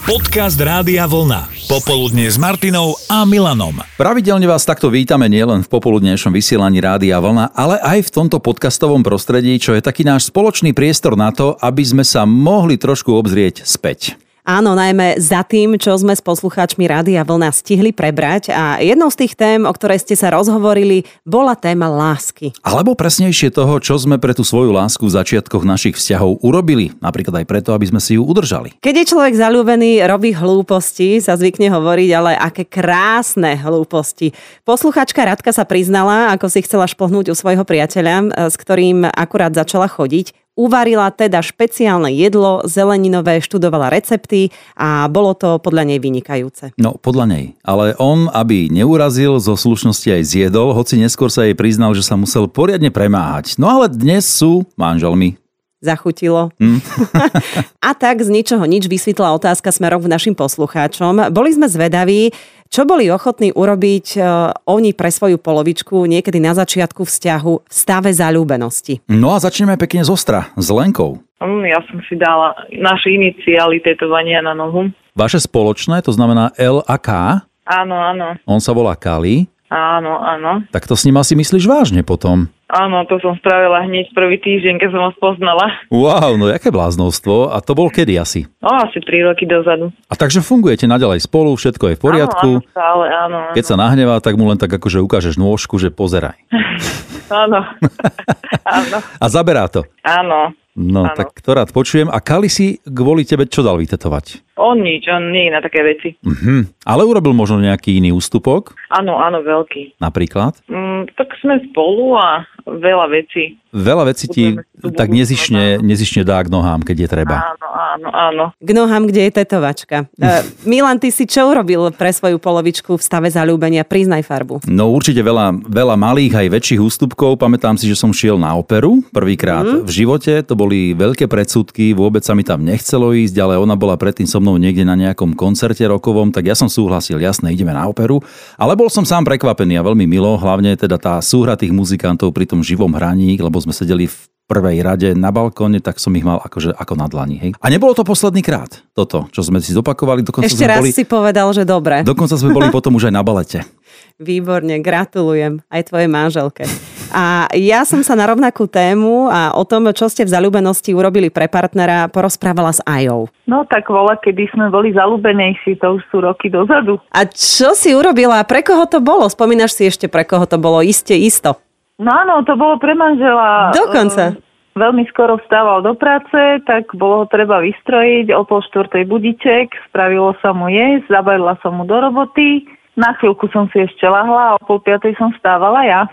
Podcast Rádia Vlna. Popoludne s Martinou a Milanom. Pravidelne vás takto vítame nielen v popoludnejšom vysielaní Rádia Vlna, ale aj v tomto podcastovom prostredí, čo je taký náš spoločný priestor na to, aby sme sa mohli trošku obzrieť späť. Áno, najmä za tým, čo sme s poslucháčmi Rádia Vlna stihli prebrať a jednou z tých tém, o ktorej ste sa rozhovorili, bola téma lásky. Alebo presnejšie toho, čo sme pre tú svoju lásku v začiatkoch našich vzťahov urobili, napríklad aj preto, aby sme si ju udržali. Keď je človek zaľúbený, robí hlúposti, sa zvykne hovoriť, ale aké krásne hlúposti. Poslucháčka Radka sa priznala, ako si chcela šplhnúť u svojho priateľa, s ktorým akurát začala chodiť. Uvarila teda špeciálne jedlo, zeleninové, študovala recepty a bolo to podľa nej vynikajúce. No, podľa nej. Ale on, aby neurazil, zo slušnosti aj zjedol, hoci neskôr sa jej priznal, že sa musel poriadne premáhať. No ale dnes sú manželmi. Zachutilo. A tak z ničoho nič vysvetla otázka smerom k našim poslucháčom. Boli sme zvedaví, čo boli ochotní urobiť oni pre svoju polovičku niekedy na začiatku vzťahu v stave zaľúbenosti. No a začneme pekne zostra, s Lenkou. Ja som si dala naše iniciály tetovania na nohu. Vaše spoločné, to znamená L a K? Áno, áno. On sa volá Kali? Áno, áno. Tak to s ním asi myslíš vážne potom? Áno, to som spravila hneď prvý týždeň, keď som ho spoznala. Wow, no jaké bláznovstvo. A to bol kedy asi? Asi 3 roky dozadu. A takže fungujete naďalej spolu, všetko je v poriadku? Áno, stále, áno. Keď sa nahnevá, tak mu len tak akože ukážeš nôžku, že pozeraj. Áno. Áno. A zaberá to? Áno. No, áno. tak to rád počujem. A Kali si kvôli tebe čo dal vytetovať? On nič, on nie je na také veci. Ale urobil možno nejaký iný ústupok? Áno, áno, veľký. Napríklad? Tak sme spolu a veľa vecí. Veľa vecí ti tak nezišne dá k nohám, keď je treba. Áno, áno, áno. K nohám, kde je tetovačka. Milan, ty si čo urobil pre svoju polovičku v stave zaľúbenia? Priznaj farbu. No určite veľa malých aj väčších ústupkov. Pamätám si, že som šiel na operu prvýkrát v živote. To boli veľké predsudky, vôbec sa mi tam nechcelo ísť, ale ona bola predtým so mnou niekde na nejakom koncerte rokovom, tak ja som súhlasil, jasné, ideme na operu. Ale bol som sám prekvapený a veľmi milo, hlavne teda tá súhra tých muzikantov pri tom živom hraní, lebo sme sedeli v prvej rade na balkóne, tak som ich mal akože ako na dlani. Hej. A nebolo to posledný krát, toto, čo sme si zopakovali. Ešte raz si povedal, že dobre. Dokonca sme boli potom už aj na balete. Výborne, gratulujem aj tvojej manželke. A ja som sa na rovnakú tému a o tom, čo ste v zaľúbenosti urobili pre partnera, porozprávala s Ajou. No tak kedy sme boli zaľúbenejší, to už sú roky dozadu. A čo si urobila? Pre koho to bolo? Spomínaš si ešte, pre koho to bolo? Isto. No áno, to bolo pre manžela. Dokonca. Veľmi skoro vstával do práce, tak bolo ho treba vystrojiť, o 3:30 budiček, spravilo sa mu jesť, zabalila som mu do roboty, na chvíľku som si ešte lahla a o 4:30 som vstávala ja.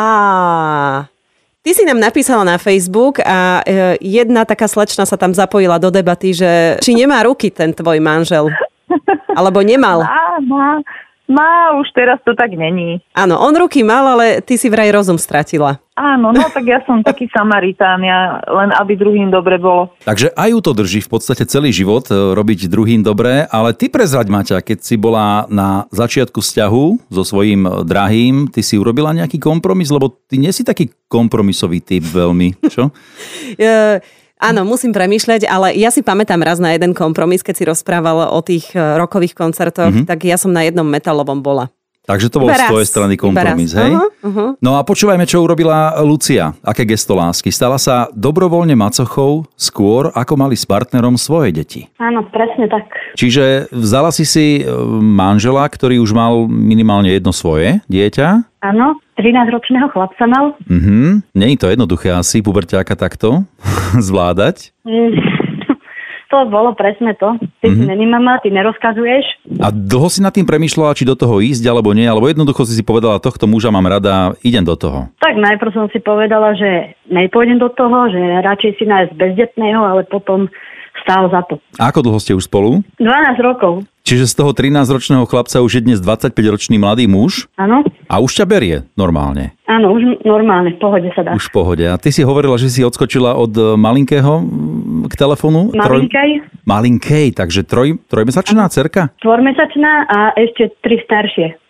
Ty si nám napísala na Facebook a jedna taká slečna sa tam zapojila do debaty, že či nemá ruky ten tvoj manžel, alebo nemal. Má, už teraz to tak není. Áno, on ruky mal, ale ty si vraj rozum stratila. Áno, no tak ja som taký Samaritán, len aby druhým dobre bolo. Takže aj ju to drží v podstate celý život robiť druhým dobre, ale ty prezraď, Maťa, keď si bola na začiatku vzťahu so svojím drahým, ty si urobila nejaký kompromis, lebo ty nie si taký kompromisový typ veľmi, čo? Áno, musím premýšľať, ale ja si pamätám raz na jeden kompromis, keď si rozprával o tých rokových koncertoch, tak ja som na jednom metalovom bola. Takže to bol z tvojej strany kompromis, hej? No a počúvajme, čo urobila Lucia. Aké gesto lásky? Stala sa dobrovoľne macochou skôr, ako mali s partnerom svoje deti. Áno, presne tak. Čiže vzala si manžela, ktorý už mal minimálne jedno svoje dieťa? Áno, 13-ročného chlapca mal. Nie je to jednoduché asi puberťáka takto zvládať? To bolo presne to. Ty si není mama, ty nerozkazuješ. A dlho si nad tým premýšľala, či do toho ísť alebo nie, alebo jednoducho si povedala, tohto muža mám rada, idem do toho? Tak najprv som si povedala, že nepôjdem do toho, že radšej si nájsť bezdetného, ale potom stál za to. A ako dlho ste už spolu? 12 rokov. Čiže z toho 13-ročného chlapca už je dnes 25-ročný mladý muž? Áno. A už ťa berie normálne? Áno, už normálne, v pohode sa dá. Už v pohode. A ty si hovorila, že si odskočila od malinkého k telefónu? Malinkej, takže trojmesačná dcerka? 4-mesačná a ešte 3 staršie.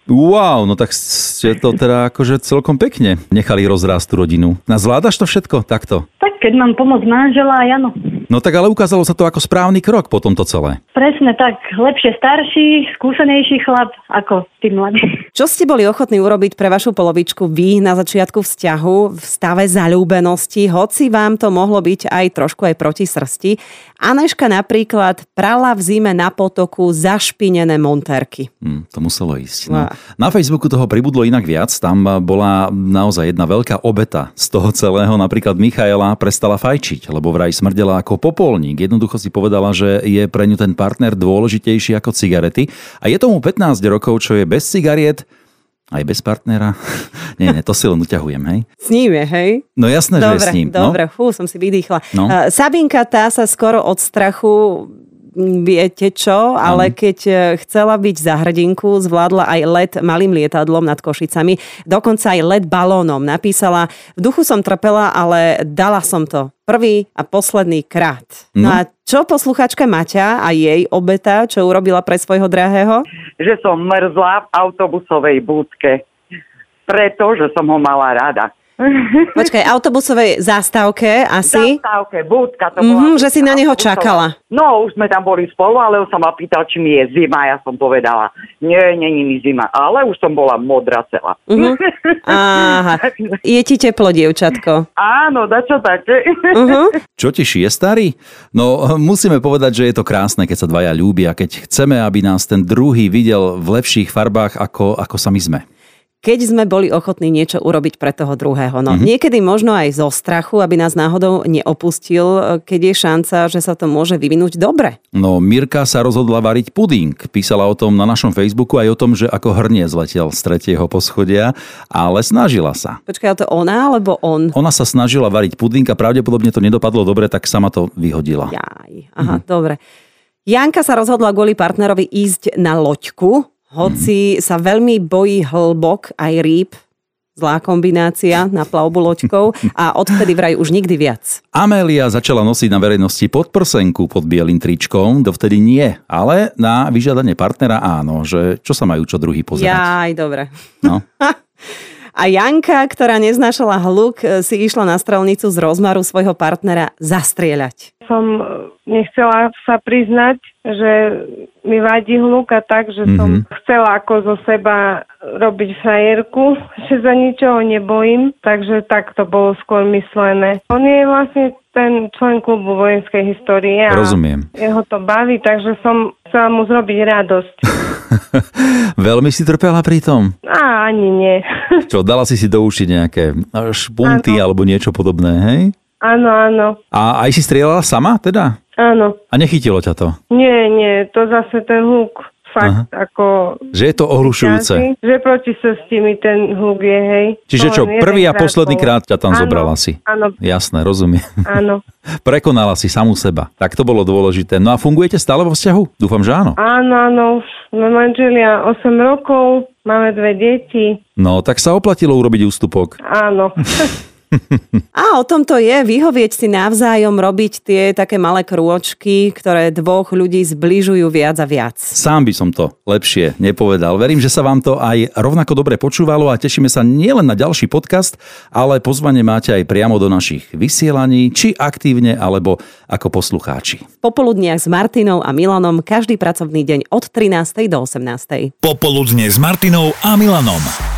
Wow, no tak ste to teda akože celkom pekne nechali rozrásť tú rodinu. A zvládaš to všetko takto? Tak keď mám pomôcť manžela, aj áno. No tak ale ukázalo sa to ako správny krok po tomto celé. Presne tak, lepšie starší, skúsenejší chlap ako tí mladí. Čo ste boli ochotní urobiť pre vašu polovičku vy na začiatku vzťahu v stave zaľúbenosti, hoci vám to mohlo byť aj trošku aj proti srsti? Anežka napríklad prala v zime na potoku zašpinené montérky. To muselo ísť. No. Na Facebooku toho pribudlo inak viac. Tam bola naozaj jedna veľká obeta z toho celého. Napríklad Michaela prestala fajčiť, lebo vraj smrdela ako popolník. Jednoducho si povedala, že je pre ňu ten partner dôležitejší ako cigarety. A je tomu 15 rokov, čo je bez cigariet, aj bez partnera. Nie, to si len uťahujem, hej? S ním je, hej? No jasné, dobre, že je s ním. Dobre, som si vydýchla. No. Sabinka tá sa skoro od strachu, viete čo, ale keď chcela byť za hrdinku, zvládla aj let malým lietadlom nad Košicami, dokonca aj let balónom. Napísala, v duchu som trpela, ale dala som to prvý a posledný krát. No a čo posluchačka Maťa a jej obeta, čo urobila pre svojho drahého? Že som mrzla v autobusovej búdke, pretože som ho mala rada. Počkaj, autobusovej zástavke asi? Zástavke, búdka to bola. Že si na neho čakala. No, už sme tam boli spolu, ale on sa ma pýtal, či mi je zima. Ja som povedala, nie, není mi zima. Ale už som bola modrá celá. Aha, je ti teplo, dievčatko. Áno, dačo také. Čo ti šije, starý? No, musíme povedať, že je to krásne, keď sa dvaja ľúbia, keď chceme, aby nás ten druhý videl v lepších farbách, ako sami sme. Keď sme boli ochotní niečo urobiť pre toho druhého. No, niekedy možno aj zo strachu, aby nás náhodou neopustil, keď je šanca, že sa to môže vyvinúť dobre. No, Mirka sa rozhodla variť puding. Písala o tom na našom Facebooku aj o tom, že ako hrnie zletel z 3. poschodia, ale snažila sa. Počkaj, to ona alebo on? Ona sa snažila variť puding a pravdepodobne to nedopadlo dobre, tak sama to vyhodila. Aha, dobre. Janka sa rozhodla kvôli partnerovi ísť na loďku, hoci sa veľmi bojí hlbok aj rýb, zlá kombinácia na plavbu loďkou a odvtedy vraj už nikdy viac. Amélia začala nosiť na verejnosti podprsenku pod bielým tričkom, dovtedy nie, ale na vyžiadanie partnera áno, že čo sa majú čo druhý pozerať. Jaj, dobre. No. A Janka, ktorá neznášala hluk, si išla na strelnicu z rozmaru svojho partnera zastrieľať. Som nechcela sa priznať, že mi vadí hluk a tak, že som chcela ako zo seba robiť frajerku, že za ničoho nebojím, takže tak to bolo skôr myslené. On je vlastne ten člen klubu vojenskej histórie a rozumiem. Jeho to baví, takže som chcela mu zrobiť radosť. Veľmi si trpela pri tom? Ani nie. Čo, dala si do uši nejaké špunty alebo niečo podobné, hej? Áno, áno. A aj si strieľala sama teda? Áno. A nechytilo ťa to? Nie, to zase ten hluk fakt ako... Že je to ohlušujúce. Že proti srsti mi ten hluk je, hej. Čiže čo, prvý a posledný krát ťa tam zobrala si? Áno. Jasné, rozumiem. Áno. Prekonala si samu seba. Tak to bolo dôležité. No a fungujete stále vo vzťahu? Dúfam, že áno. Áno. Sme manželia 8 rokov, máme 2 deti. No, tak sa oplatilo urobiť ústupok. Áno. A o tom to je, vyhovieť si navzájom, robiť tie také malé krôčky, ktoré dvoch ľudí zbližujú viac a viac. Sám by som to lepšie nepovedal. Verím, že sa vám to aj rovnako dobre počúvalo a tešíme sa nielen na ďalší podcast, ale pozvanie máte aj priamo do našich vysielaní, či aktívne, alebo ako poslucháči. V popoludniach s Martinou a Milanom každý pracovný deň od 13. do 18. Popoludne s Martinou a Milanom.